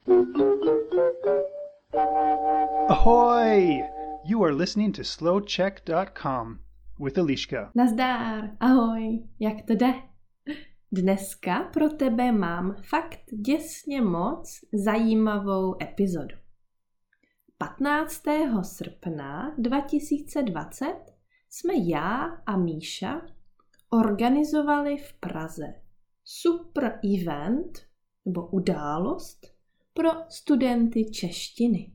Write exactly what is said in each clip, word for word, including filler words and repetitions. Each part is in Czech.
Ahoy! You are listening to slow check dot com with Eliška. Nazdár, ahoj, jak to jde? Dneska pro tebe mám fakt děsně moc zajímavou epizodu. patnáctého srpna dva tisíce dvacet jsme já a Míša organizovali v Praze super event nebo událost pro studenty češtiny.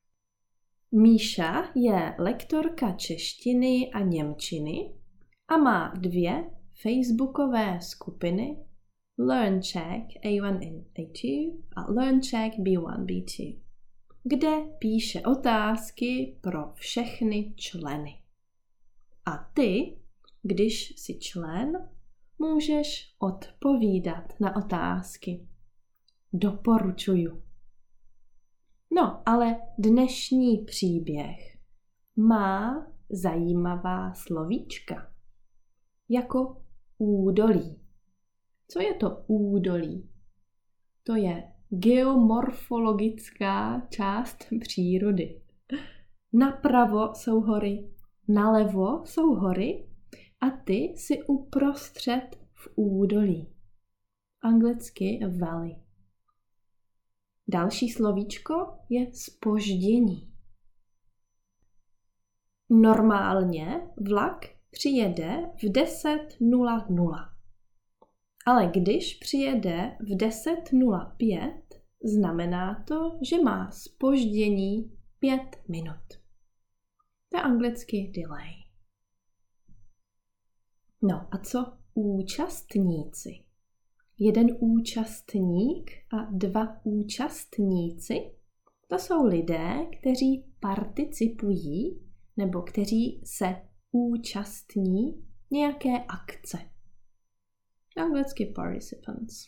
Míša je lektorka češtiny a němčiny a má dvě facebookové skupiny LearnCheck A jedna A dva a LearnCheck B jedna B dva, kde píše otázky pro všechny členy. A ty, když jsi člen, můžeš odpovídat na otázky. Doporučuju. No, ale dnešní příběh má zajímavá slovíčka. Jako údolí. Co je to údolí? To je geomorfologická část přírody. Napravo jsou hory, nalevo jsou hory a ty jsi uprostřed v údolí. Anglicky valley. Další slovíčko je zpoždění. Normálně vlak přijede v deset nula nula. Ale když přijede v deset nula pět, znamená to, že má zpoždění pět minut. To je anglicky delay. No a co účastníci? Jeden účastník a dva účastníci, to jsou lidé, kteří participují nebo kteří se účastní nějaké akce. Anglicky participants.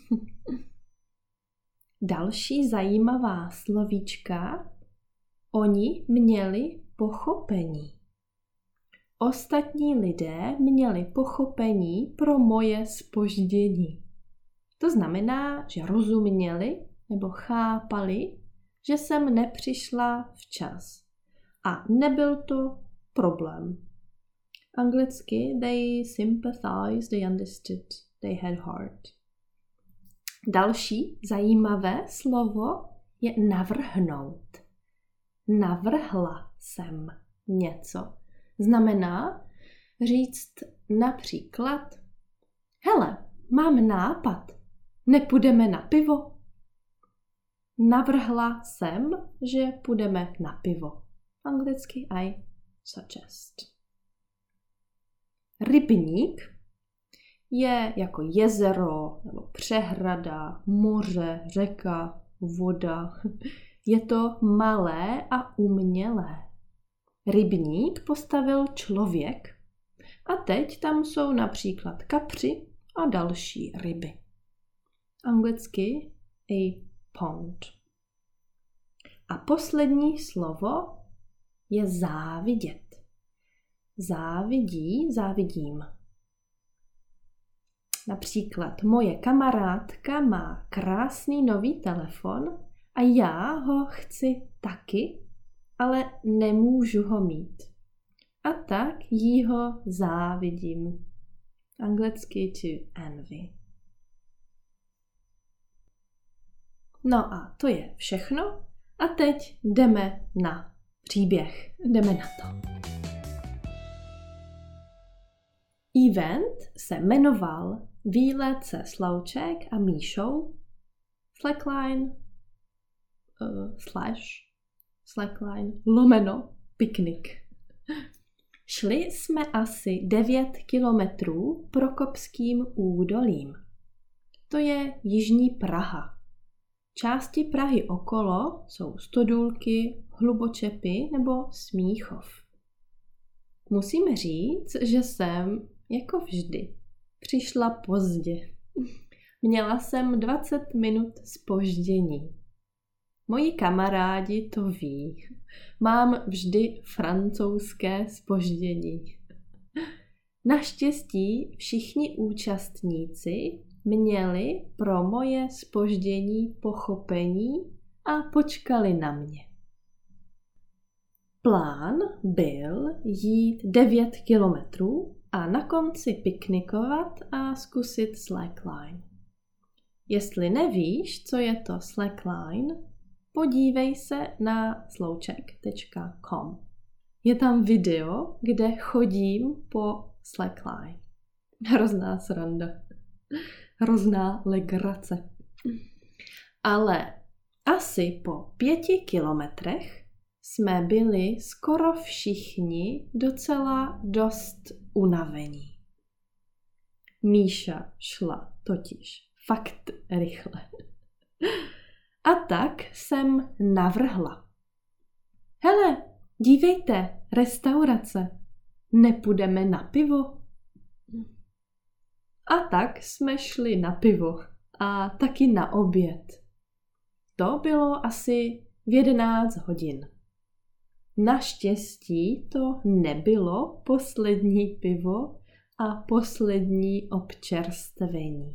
Další zajímavá slovíčka, oni měli pochopení. Ostatní lidé měli pochopení pro moje zpoždění. To znamená, že rozuměli nebo chápali, že jsem nepřišla včas. A nebyl to problém. Anglicky, they sympathized, they understood, they had heart. Další zajímavé slovo je navrhnout. Navrhla jsem něco. Znamená říct například: hele, mám nápad, nepůjdeme na pivo? Navrhla jsem, že půjdeme na pivo. Anglicky I suggest. Rybník je jako jezero nebo přehrada, moře, řeka, voda. Je to malé a umělé. Rybník postavil člověk a teď tam jsou například kapři a další ryby. Anglicky a pond. A poslední slovo je závidět. Závidí, závidím. Například moje kamarádka má krásný nový telefon a já ho chci taky, ale nemůžu ho mít. A tak jí ho závidím. Anglicky to envy. No a to je všechno. A teď jdeme na příběh. Jdeme na to. Event se jmenoval Výlet se Slouček a Míšou slackline uh, slash slackline lomeno piknik. Šli jsme asi devět kilometrů Prokopským údolím. To je jižní Praha. Části Prahy okolo jsou Stodůlky, Hlubočepy nebo Smíchov. Musím říct, že jsem, jako vždy, přišla pozdě. Měla jsem dvacet minut zpoždění. Moji kamarádi to ví. Mám vždy francouzské zpoždění. Naštěstí všichni účastníci měli pro moje zpoždění pochopení a počkali na mě. Plán byl jít devět kilometrů a na konci piknikovat a zkusit slackline. Jestli nevíš, co je to slackline, podívej se na slowcheck tečka com. Je tam video, kde chodím po slackline. Hrozná sranda. Hrozná legrace. Ale asi po pěti kilometrech jsme byli skoro všichni docela dost unavení. Míša šla totiž fakt rychle. A tak jsem navrhla. Hele, dívejte, restaurace, nepůjdeme na pivo? A tak jsme šli na pivo a taky na oběd. To bylo asi v jedenáct hodin. Naštěstí to nebylo poslední pivo a poslední občerstvení.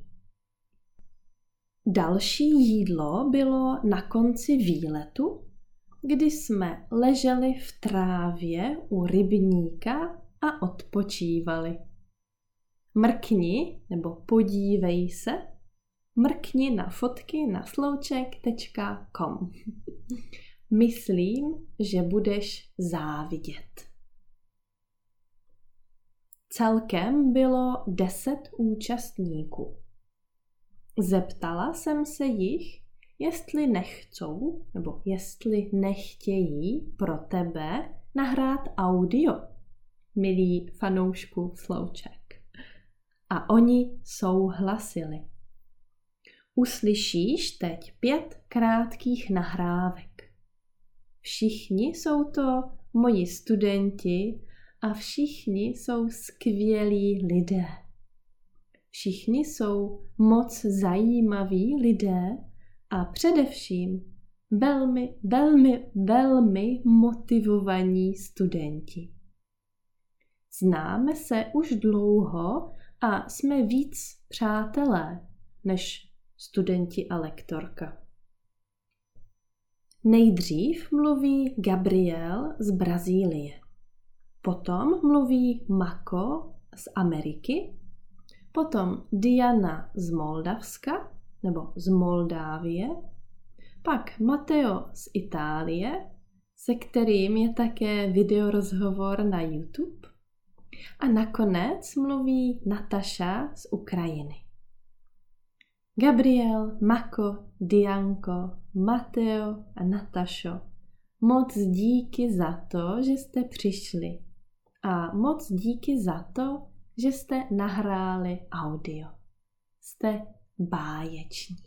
Další jídlo bylo na konci výletu, kdy jsme leželi v trávě u rybníka a odpočívali. Mrkni nebo podívej se, mrkni na fotky na slowcheck tečka com. Myslím, že budeš závidět. Celkem bylo deset účastníků. Zeptala jsem se jich, jestli nechcou, nebo jestli nechtějí pro tebe nahrát audio, milí fanoušku slowcheck. A oni souhlasili. Uslyšíš teď pět krátkých nahrávek. Všichni jsou to moji studenti a všichni jsou skvělí lidé. Všichni jsou moc zajímaví lidé a především velmi, velmi, velmi motivovaní studenti. Známe se už dlouho a jsme víc přátelé než studenti a lektorka. Nejdřív mluví Gabriel z Brazílie, potom mluví Mako z Ameriky, potom Diana z Moldavska nebo z Moldávie, pak Matteo z Itálie, se kterým je také videorozhovor na YouTube, a nakonec mluví Nataša z Ukrajiny. Gabriel, Mako, Dianko, Matteo a Natašo, moc díky za to, že jste přišli. A moc díky za to, že jste nahráli audio. Jste báječní.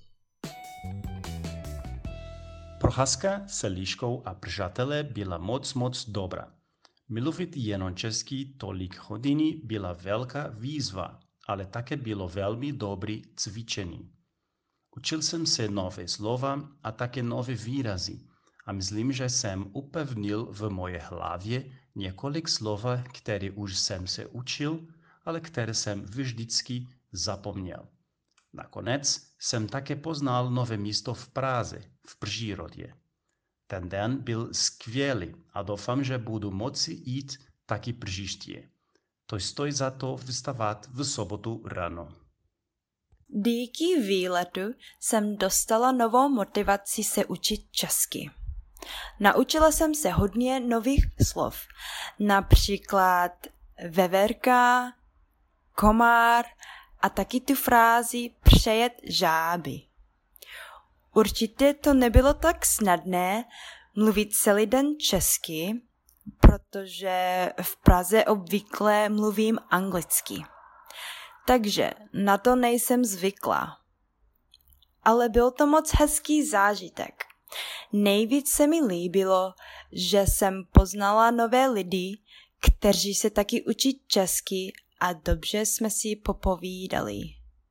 Procházka se Liškou a přátelé byla moc, moc dobrá. Mluvit jenom česky tolik hodiny byla velká výzva, ale také bylo velmi dobrý cvičení. Učil jsem se nové slova a také nové výrazy a myslím, že jsem upevnil v moje hlavě několik slov, které už jsem se učil, ale které jsem vždycky zapomněl. Nakonec jsem také poznal nové místo v Praze, v přírodě. Ten den byl skvělý a doufám, že budu moci jít taky příště. To stojí za to vstávat v sobotu ráno. Díky výletu jsem dostala novou motivaci se učit česky. Naučila jsem se hodně nových slov, například veverka, komár a taky tu frázi přejet žáby. Určitě to nebylo tak snadné mluvit celý den česky, protože v Praze obvykle mluvím anglicky. Takže na to nejsem zvyklá. Ale byl to moc hezký zážitek. Nejvíc se mi líbilo, že jsem poznala nové lidi, kteří se taky učí česky a dobře jsme si popovídali.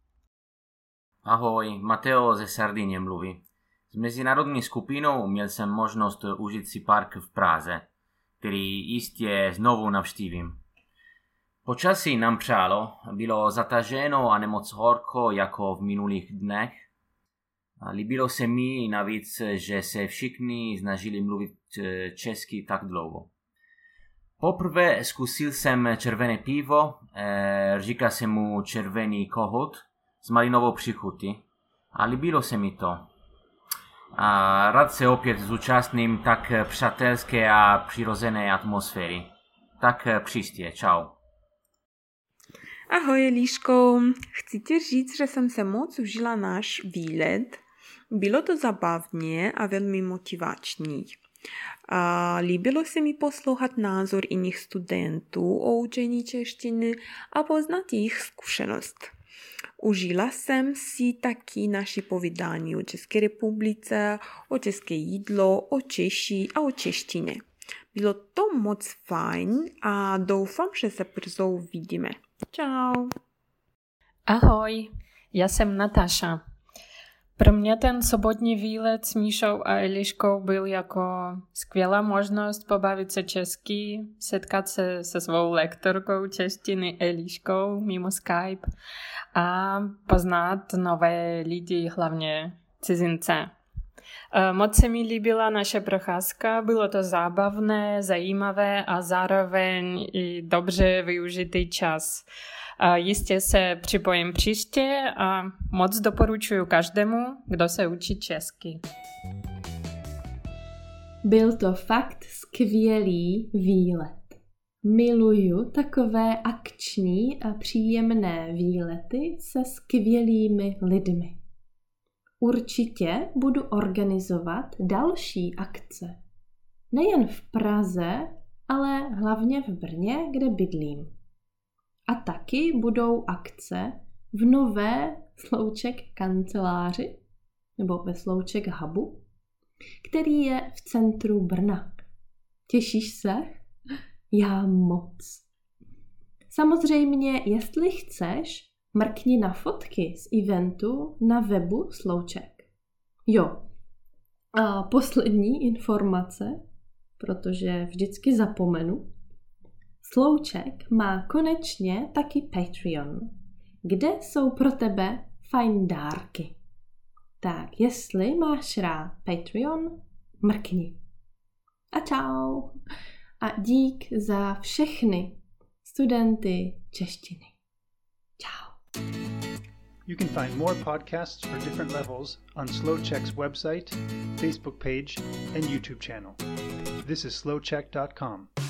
Ahoj, Mateo ze Sardinie mluví. S mezinárodní skupinou měl jsem možnost užít si park v Praze, který jistě znovu navštívím. Počasí nám přálo, bylo zataženo a nemoc horko jako v minulých dnech. A líbilo se mi navíc, že se všichni snažili mluvit česky tak dlouho. Poprvé zkusil jsem červené pivo, e, říká se mu červený kohut s malinovou příchutí a líbilo se mi to. A rád se opět zúčastním tak přátelské a přirozené atmosféry. Tak příště, čau. Ahoj, Eliško. Chci ti říct, že jsem se moc užila náš výlet. Bylo to zabavně a velmi motivační. A líbilo se mi poslouchat názor jiných studentů o učení češtiny a poznat jejich zkušenost. Užila jsem si taky naše povídání o České republice, o české jídlo, o Češi a o češtině. Bylo to moc fajn a doufám, že se brzo uvidíme. Čau. Ahoj, já jsem Natáša. Pro mě ten sobotní výlet s Míšou a Eliškou byl jako skvělá možnost pobavit se česky, setkat se se svou lektorkou češtiny Eliškou mimo Skype a poznat nové lidi, hlavně cizince. Moc se mi líbila naše procházka, bylo to zábavné, zajímavé a zároveň i dobře využitý čas. Jistě se připojím příště a moc doporučuji každému, kdo se učí česky. Byl to fakt skvělý výlet. Miluju takové akční a příjemné výlety se skvělými lidmi. Určitě budu organizovat další akce. Nejen v Praze, ale hlavně v Brně, kde bydlím. A taky budou akce v nové Slouček kanceláři, nebo ve Slouček hubu, který je v centru Brna. Těšíš se? Já moc. Samozřejmě, jestli chceš, mrkni na fotky z eventu na webu Slouček. Jo. A poslední informace, protože vždycky zapomenu. Slouček má konečně taky Patreon, kde jsou pro tebe fajn dárky. Tak jestli máš rád Patreon, mrkni. A čau. A dík za všechny studenty češtiny. Čau. You can find more podcasts for different levels on SlowCheck's website, Facebook page, and YouTube channel. This is slowcheck dot com.